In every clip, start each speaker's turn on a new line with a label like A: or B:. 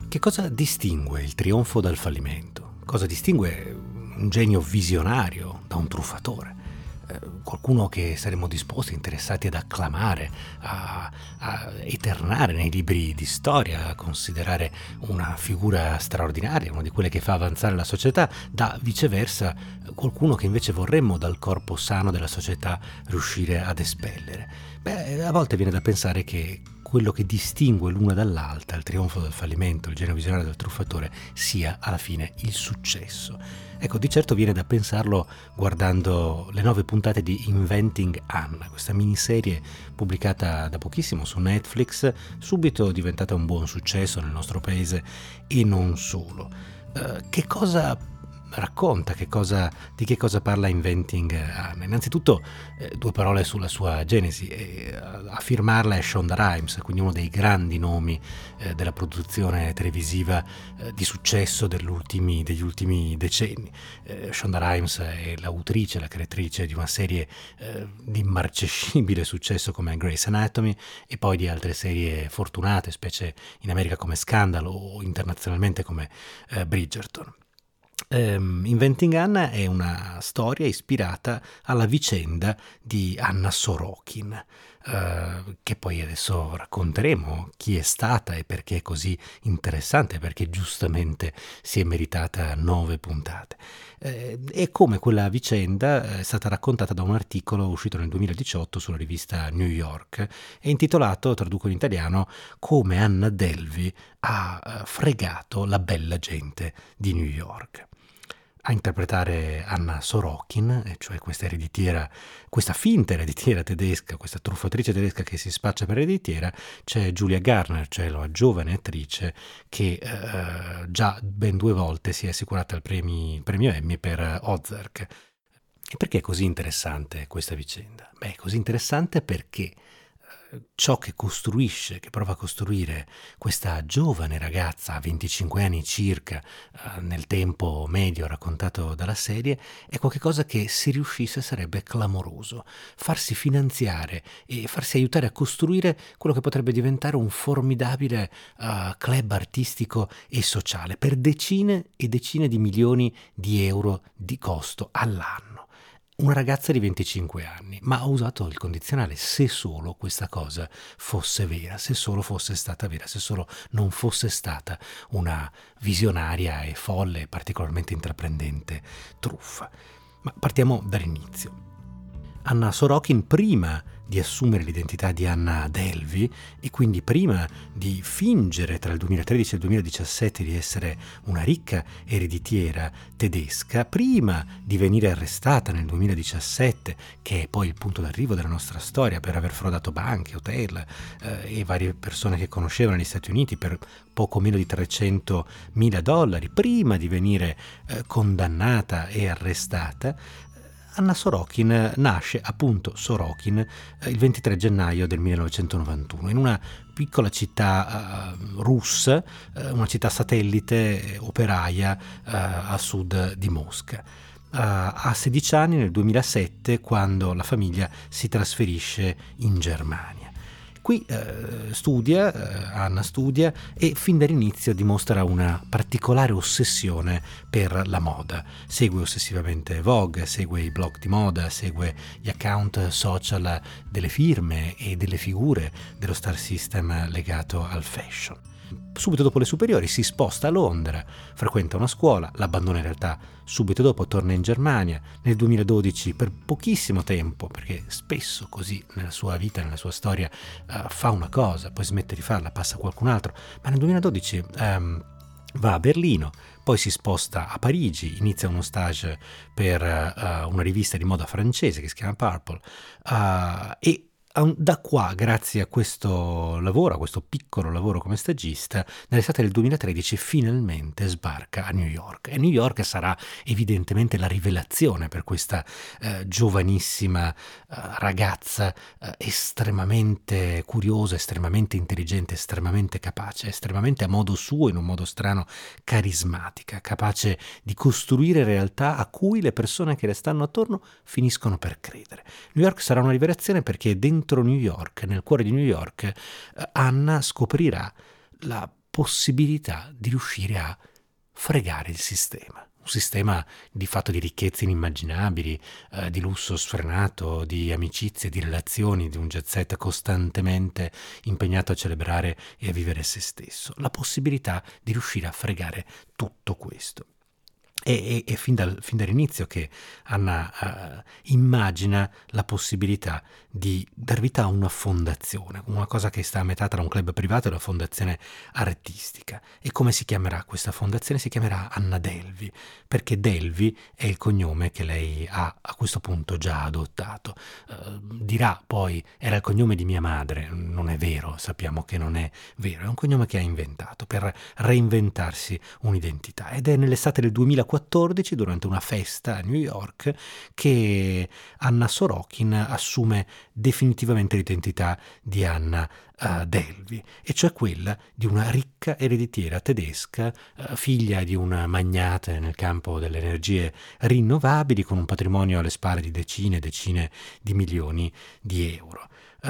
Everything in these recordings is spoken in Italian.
A: Che cosa distingue il trionfo dal fallimento? Cosa distingue un genio visionario da un truffatore? Qualcuno che saremmo disposti, interessati ad acclamare, a eternare nei libri di storia, a considerare una figura straordinaria, una di quelle che fa avanzare la società, da viceversa qualcuno che invece vorremmo dal corpo sano della società riuscire ad espellere. A volte viene da pensare che quello che distingue l'una dall'altra, il trionfo dal fallimento, il genio visionario dal truffatore, sia alla fine il successo. Ecco, di certo viene da pensarlo guardando le 9 puntate di Inventing Anna, questa miniserie pubblicata da pochissimo su Netflix, subito diventata un buon successo nel nostro paese e non solo. Che cosa racconta, di che cosa parla Inventing Anna? Innanzitutto 2 parole sulla sua genesi. A firmarla è Shonda Rhimes, quindi uno dei grandi nomi della produzione televisiva di successo degli ultimi decenni. Shonda Rhimes è l'autrice, la creatrice di una serie di immarcescibile successo come Grey's Anatomy e poi di altre serie fortunate, specie in America come Scandal o internazionalmente come Bridgerton. Inventing Anna è una storia ispirata alla vicenda di Anna Sorokin, che poi adesso racconteremo chi è stata e perché è così interessante, perché giustamente si è meritata 9 puntate. E come quella vicenda è stata raccontata da un articolo uscito nel 2018 sulla rivista New York e intitolato, traduco in italiano, Come Anna Delvey ha fregato la bella gente di New York. A interpretare Anna Sorokin, cioè questa finta ereditiera tedesca, questa truffatrice tedesca che si spaccia per ereditiera, c'è Julia Garner, cioè la giovane attrice che già ben 2 volte si è assicurata il premio Emmy per Ozark. E perché è così interessante questa vicenda? È così interessante perché ciò che prova a costruire questa giovane ragazza a 25 anni circa, nel tempo medio raccontato dalla serie, è qualcosa che, se riuscisse, sarebbe clamoroso. Farsi finanziare e farsi aiutare a costruire quello che potrebbe diventare un formidabile club artistico e sociale per decine e decine di milioni di euro di costo all'anno. Una ragazza di 25 anni, ma ho usato il condizionale se solo questa cosa fosse vera, se solo fosse stata vera, se solo non fosse stata una visionaria e folle, particolarmente intraprendente truffa. Ma partiamo dall'inizio. Anna Sorokin, prima di assumere l'identità di Anna Delvey e quindi prima di fingere tra il 2013 e il 2017 di essere una ricca ereditiera tedesca, prima di venire arrestata nel 2017, che è poi il punto d'arrivo della nostra storia, per aver frodato banche, hotel e varie persone che conosceva negli Stati Uniti per poco meno di $300.000, prima di venire condannata e arrestata, Anna Sorokin nasce, appunto Sorokin, il 23 gennaio del 1991 in una piccola città russa, una città satellite operaia a sud di Mosca. Ha 16 anni nel 2007 quando la famiglia si trasferisce in Germania. Qui Anna studia e fin dall'inizio dimostra una particolare ossessione per la moda. Segue ossessivamente Vogue, segue i blog di moda, segue gli account social delle firme e delle figure dello star system legato al fashion. Subito dopo le superiori si sposta a Londra, frequenta una scuola, l'abbandona in realtà subito dopo, torna in Germania. Nel 2012, per pochissimo tempo, perché spesso così nella sua vita, nella sua storia, fa una cosa, poi smette di farla, passa a qualcun altro, ma nel 2012 va a Berlino, poi si sposta a Parigi, inizia uno stage per una rivista di moda francese che si chiama Purple e da qua, grazie a questo lavoro, a questo piccolo lavoro come stagista, nell'estate del 2013 finalmente sbarca a New York. E New York sarà evidentemente la rivelazione per questa giovanissima ragazza estremamente curiosa, estremamente intelligente, estremamente capace, estremamente a modo suo, in un modo strano, carismatica, capace di costruire realtà a cui le persone che le stanno attorno finiscono per credere. New York sarà una rivelazione perché dentro New York, nel cuore di New York, Anna scoprirà la possibilità di riuscire a fregare il sistema. Un sistema di fatto di ricchezze inimmaginabili, di lusso sfrenato, di amicizie, di relazioni, di un jet set costantemente impegnato a celebrare e a vivere se stesso. La possibilità di riuscire a fregare tutto questo. E fin dall'inizio che Anna immagina la possibilità di dar vita a una fondazione, una cosa che sta a metà tra un club privato e una fondazione artistica. E come si chiamerà questa fondazione? Si chiamerà Anna Delvey, perché Delvey è il cognome che lei ha a questo punto già adottato. Dirà poi, era il cognome di mia madre. Non è vero, sappiamo che non è vero, è un cognome che ha inventato per reinventarsi un'identità, ed è nell'estate del 2014, durante una festa a New York, che Anna Sorokin assume definitivamente l'identità di Anna Delvey, e cioè quella di una ricca ereditiera tedesca, figlia di un magnate nel campo delle energie rinnovabili, con un patrimonio alle spalle di decine e decine di milioni di euro.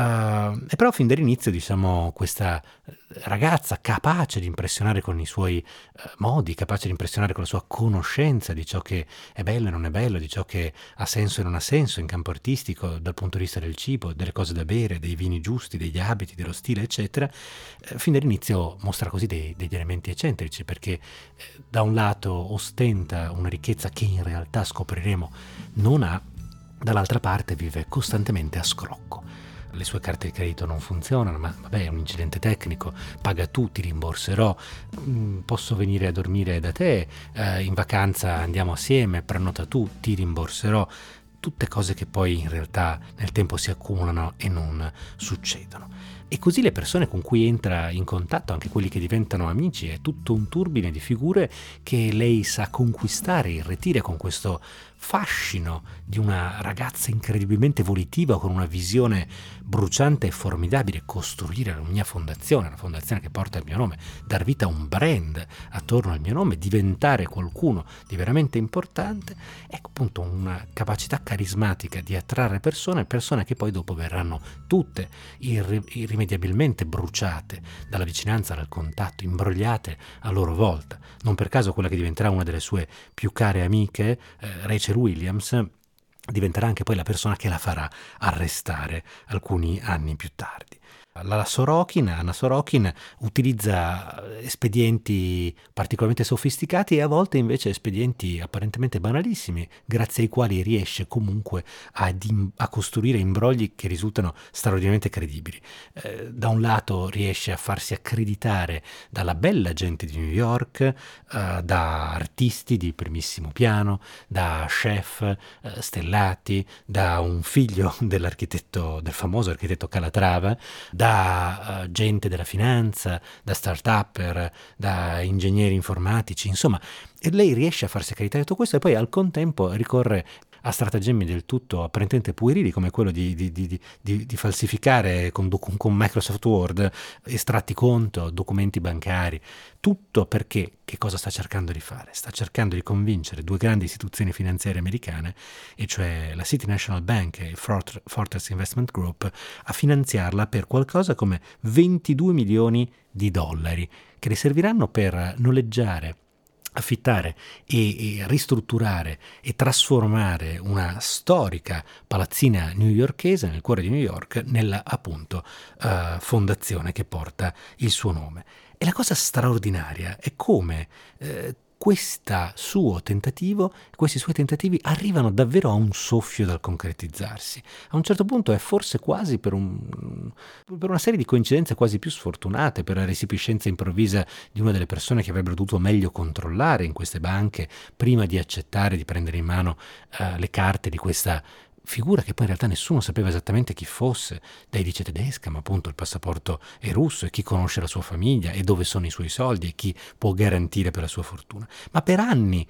A: E però fin dall'inizio, diciamo, questa ragazza capace di impressionare con i suoi modi, capace di impressionare con la sua conoscenza di ciò che è bello e non è bello, di ciò che ha senso e non ha senso in campo artistico, dal punto di vista del cibo, delle cose da bere, dei vini giusti, degli abiti, dello stile, eccetera, fin dall'inizio mostra così degli elementi eccentrici, perché da un lato ostenta una ricchezza che in realtà, scopriremo, non ha, dall'altra parte vive costantemente a scrocco. Le sue carte di credito non funzionano, ma vabbè, è un incidente tecnico, paga tu, ti rimborserò, posso venire a dormire da te, in vacanza andiamo assieme, prenota tu, ti rimborserò. Tutte cose che poi in realtà nel tempo si accumulano e non succedono. E così le persone con cui entra in contatto, anche quelli che diventano amici, è tutto un turbine di figure che lei sa conquistare, irretire con questo fascino di una ragazza incredibilmente volitiva, con una visione bruciante e formidabile: costruire la mia fondazione, una fondazione che porta il mio nome, dar vita a un brand attorno al mio nome, diventare qualcuno di veramente importante. Ecco, appunto, una capacità carismatica di attrarre persone che poi dopo verranno tutte irrimediabilmente bruciate dalla vicinanza, dal contatto, imbrogliate a loro volta. Non per caso quella che diventerà una delle sue più care amiche, Rachel Williams, diventerà anche poi la persona che la farà arrestare alcuni anni più tardi. Anna Sorokin utilizza espedienti particolarmente sofisticati e a volte invece espedienti apparentemente banalissimi, grazie ai quali riesce comunque a costruire imbrogli che risultano straordinariamente credibili. Da un lato riesce a farsi accreditare dalla bella gente di New York, da artisti di primissimo piano, da chef stellati, da un figlio del famoso architetto Calatrava, da gente della finanza, da start-upper, da ingegneri informatici, insomma, e lei riesce a farsi accreditare tutto questo, e poi al contempo ricorre a stratagemmi del tutto apparentemente puerili, come quello di falsificare con Microsoft Word estratti conto, documenti bancari. Tutto perché che cosa sta cercando di fare? Sta cercando di convincere due grandi istituzioni finanziarie americane, e cioè la City National Bank e il Fortress Investment Group, a finanziarla per qualcosa come 22 milioni di dollari, che le serviranno per noleggiare, affittare e ristrutturare e trasformare una storica palazzina newyorkese nel cuore di New York nella, appunto, fondazione che porta il suo nome. E la cosa straordinaria è come questi suoi tentativi arrivano davvero a un soffio dal concretizzarsi. A un certo punto è forse quasi per una serie di coincidenze quasi più sfortunate, per la resipiscenza improvvisa di una delle persone che avrebbero dovuto meglio controllare in queste banche prima di accettare di prendere in mano le carte di questa figura che poi in realtà nessuno sapeva esattamente chi fosse. Lei dice tedesca, ma appunto il passaporto è russo, e chi conosce la sua famiglia e dove sono i suoi soldi e chi può garantire per la sua fortuna. Ma per anni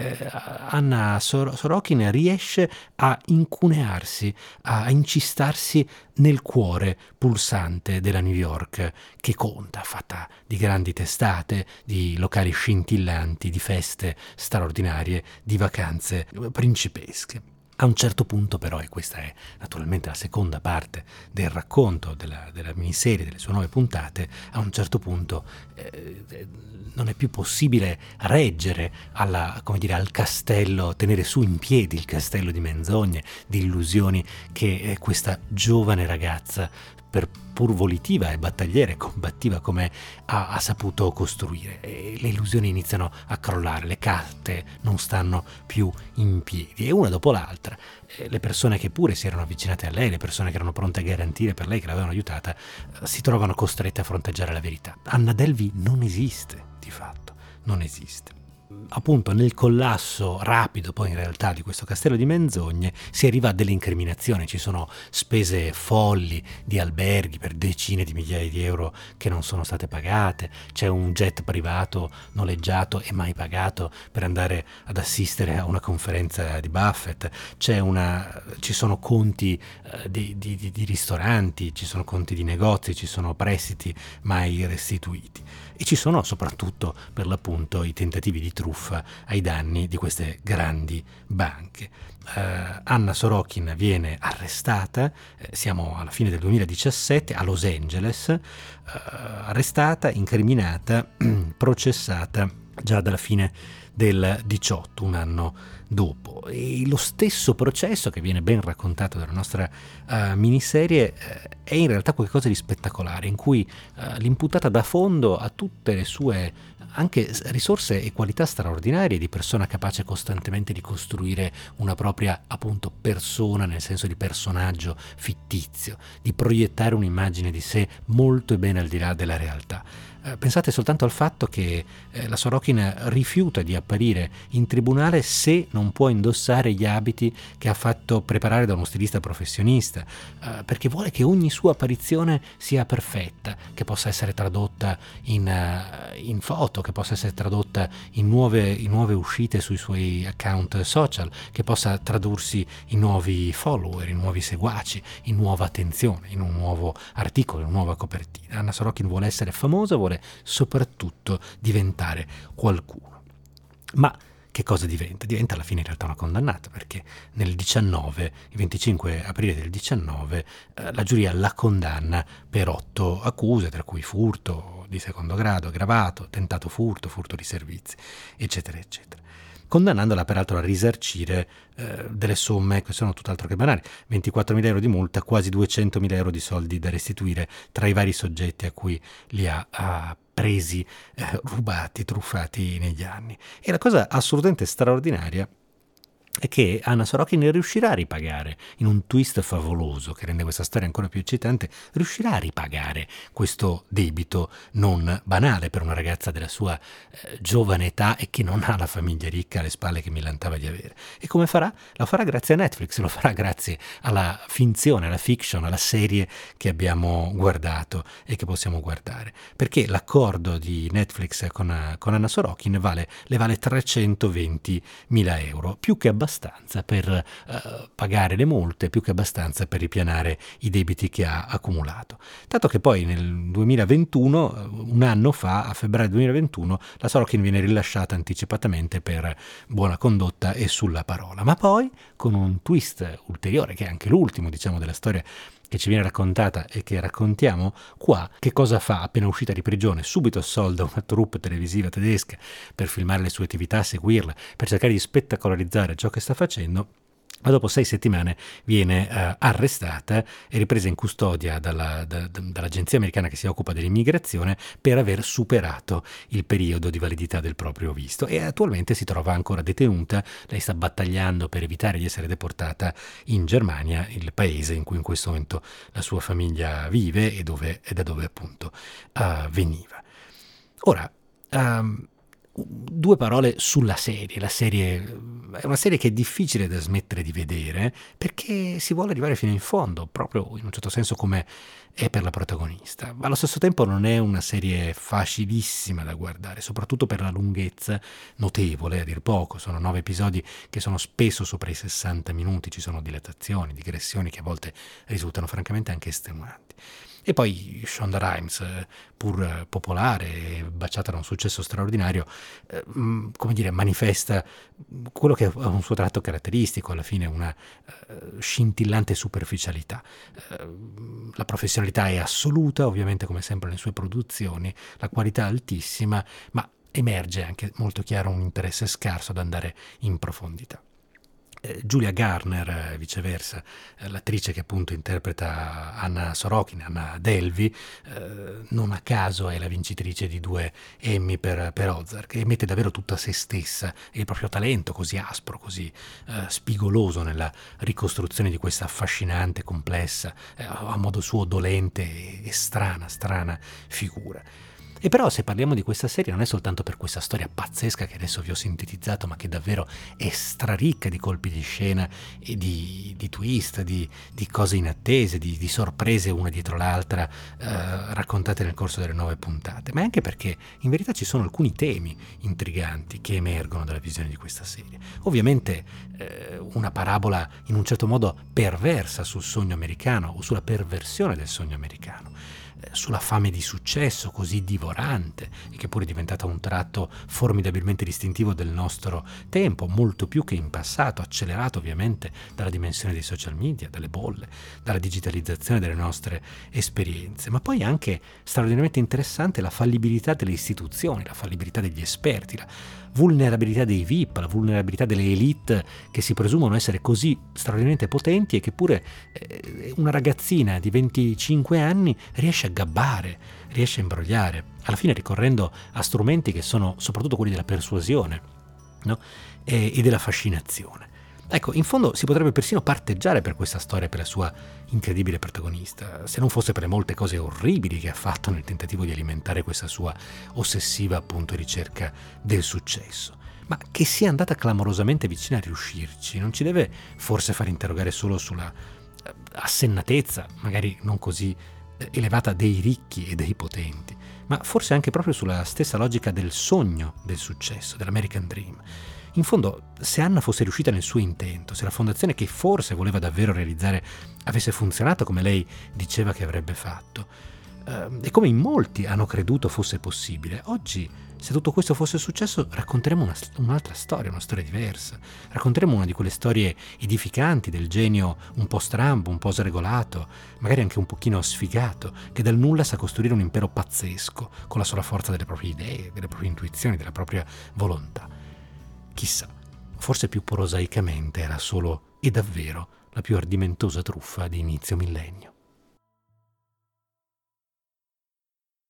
A: Anna Sorokin riesce a incunearsi, a incistarsi nel cuore pulsante della New York, che conta, fatta di grandi testate, di locali scintillanti, di feste straordinarie, di vacanze principesche. A un certo punto però, e questa è naturalmente la seconda parte del racconto della miniserie, delle sue 9 puntate, a un certo punto non è più possibile reggere al castello, tenere su in piedi il castello di menzogne, di illusioni che questa giovane ragazza, per pur volitiva e battagliera e combattiva come ha saputo costruire. E le illusioni iniziano a crollare, le carte non stanno più in piedi, e una dopo l'altra le persone che pure si erano avvicinate a lei, le persone che erano pronte a garantire per lei, che l'avevano aiutata, si trovano costrette a fronteggiare la verità. Anna Delvey non esiste, di fatto, non esiste. Appunto, nel collasso rapido poi in realtà di questo castello di menzogne si arriva a delle incriminazioni, ci sono spese folli di alberghi per decine di migliaia di euro che non sono state pagate, c'è un jet privato noleggiato e mai pagato per andare ad assistere a una conferenza di Buffett, ci sono conti di ristoranti, ci sono conti di negozi, ci sono prestiti mai restituiti, e ci sono soprattutto per l'appunto i tentativi di truffa ai danni di queste grandi banche. Anna Sorokin viene arrestata, siamo alla fine del 2017 a Los Angeles, arrestata, incriminata, processata già dalla fine del 18, un anno dopo. E lo stesso processo, che viene ben raccontato dalla nostra miniserie, è in realtà qualcosa di spettacolare, in cui l'imputata dà fondo a tutte le sue anche risorse e qualità straordinarie di persona capace costantemente di costruire una propria, appunto, persona, nel senso di personaggio fittizio, di proiettare un'immagine di sé molto e bene al di là della realtà. Pensate soltanto al fatto che la Sorokin rifiuta di apparire in tribunale se non può indossare gli abiti che ha fatto preparare da uno stilista professionista, perché vuole che ogni sua apparizione sia perfetta, che possa essere tradotta in foto, che possa essere tradotta in nuove uscite sui suoi account social, che possa tradursi in nuovi follower, in nuovi seguaci, in nuova attenzione, in un nuovo articolo, in una nuova copertina. Anna Sorokin vuole essere famosa, vuole soprattutto diventare qualcuno. Ma che cosa diventa? Diventa alla fine in realtà una condannata, perché nel 19, il 25 aprile del 19, la giuria la condanna per 8 accuse, tra cui furto di secondo grado aggravato, tentato furto, furto di servizi, eccetera, eccetera. Condannandola peraltro a risarcire delle somme che sono tutt'altro che banali: 24.000 euro di multa, quasi 200.000 euro di soldi da restituire tra i vari soggetti a cui li ha presi, rubati, truffati negli anni. E la cosa assolutamente straordinaria è che Anna Sorokin riuscirà a ripagare, in un twist favoloso che rende questa storia ancora più eccitante, riuscirà a ripagare questo debito non banale per una ragazza della sua giovane età e che non ha la famiglia ricca alle spalle che millantava di avere. E come farà? Lo farà grazie a Netflix, lo farà grazie alla finzione, alla fiction, alla serie che abbiamo guardato e che possiamo guardare, perché l'accordo di Netflix con Anna Sorokin le vale 320.000 euro, più che abbastanza per pagare le multe, più che abbastanza per ripianare i debiti che ha accumulato. Tanto che poi nel 2021, un anno fa, a febbraio 2021, la Sorokin viene rilasciata anticipatamente per buona condotta e sulla parola. Ma poi, con un twist ulteriore, che è anche l'ultimo, diciamo, della storia che ci viene raccontata e che raccontiamo qua, che cosa fa? Appena uscita di prigione, subito assolda una troupe televisiva tedesca per filmare le sue attività, seguirla, per cercare di spettacolarizzare ciò che sta facendo. Ma dopo 6 settimane viene arrestata e ripresa in custodia dall'agenzia americana che si occupa dell'immigrazione per aver superato il periodo di validità del proprio visto, e attualmente si trova ancora detenuta. Lei sta battagliando per evitare di essere deportata in Germania, il paese in cui in questo momento la sua famiglia vive e da dove appunto veniva. Ora, due parole sulla serie. La serie è una serie che è difficile da smettere di vedere, perché si vuole arrivare fino in fondo, proprio in un certo senso come è per la protagonista. Ma allo stesso tempo non è una serie facilissima da guardare, soprattutto per la lunghezza notevole, a dir poco. Sono 9 episodi che sono spesso sopra i 60 minuti, ci sono dilatazioni, digressioni che a volte risultano francamente anche estenuanti. E poi Shonda Rhimes, pur popolare e baciata da un successo straordinario, come dire, manifesta quello che è un suo tratto caratteristico, alla fine una scintillante superficialità. La professionalità è assoluta, ovviamente come sempre nelle sue produzioni, la qualità altissima, ma emerge anche molto chiaro un interesse scarso ad andare in profondità. Julia Garner, viceversa, l'attrice che appunto interpreta Anna Sorokin, Anna Delvey, non a caso è la vincitrice di 2 Emmy per Ozark, e mette davvero tutta se stessa e il proprio talento così aspro, così spigoloso nella ricostruzione di questa affascinante, complessa, a modo suo dolente e strana figura. E però se parliamo di questa serie non è soltanto per questa storia pazzesca che adesso vi ho sintetizzato, ma che davvero è straricca di colpi di scena e di twist, di cose inattese, di sorprese una dietro l'altra raccontate nel corso delle 9 puntate, ma anche perché in verità ci sono alcuni temi intriganti che emergono dalla visione di questa serie. Ovviamente una parabola in un certo modo perversa sul sogno americano o sulla perversione del sogno americano, sulla fame di successo così divorante e che pure è diventata un tratto formidabilmente distintivo del nostro tempo, molto più che in passato, accelerato ovviamente dalla dimensione dei social media, dalle bolle, dalla digitalizzazione delle nostre esperienze, ma poi anche straordinariamente interessante la fallibilità delle istituzioni, la fallibilità degli esperti, la vulnerabilità dei VIP, la vulnerabilità delle elite che si presumono essere così straordinariamente potenti e che pure una ragazzina di 25 anni riesce a gabbare, riesce a imbrogliare, alla fine ricorrendo a strumenti che sono soprattutto quelli della persuasione, no? e della fascinazione. Ecco, in fondo si potrebbe persino parteggiare per questa storia, per la sua incredibile protagonista, se non fosse per le molte cose orribili che ha fatto nel tentativo di alimentare questa sua ossessiva appunto ricerca del successo. Ma che sia andata clamorosamente vicina a riuscirci non ci deve forse far interrogare solo sulla assennatezza, magari non così elevata, dei ricchi e dei potenti, ma forse anche proprio sulla stessa logica del sogno del successo, dell'American Dream. In fondo, se Anna fosse riuscita nel suo intento, se la fondazione che forse voleva davvero realizzare avesse funzionato come lei diceva che avrebbe fatto, e come in molti hanno creduto fosse possibile, oggi, se tutto questo fosse successo, racconteremo un'altra storia, una storia diversa. Racconteremo una di quelle storie edificanti del genio un po' strambo, un po' sregolato, magari anche un pochino sfigato, che dal nulla sa costruire un impero pazzesco con la sola forza delle proprie idee, delle proprie intuizioni, della propria volontà. Chissà, forse più prosaicamente era solo e davvero la più ardimentosa truffa di inizio millennio.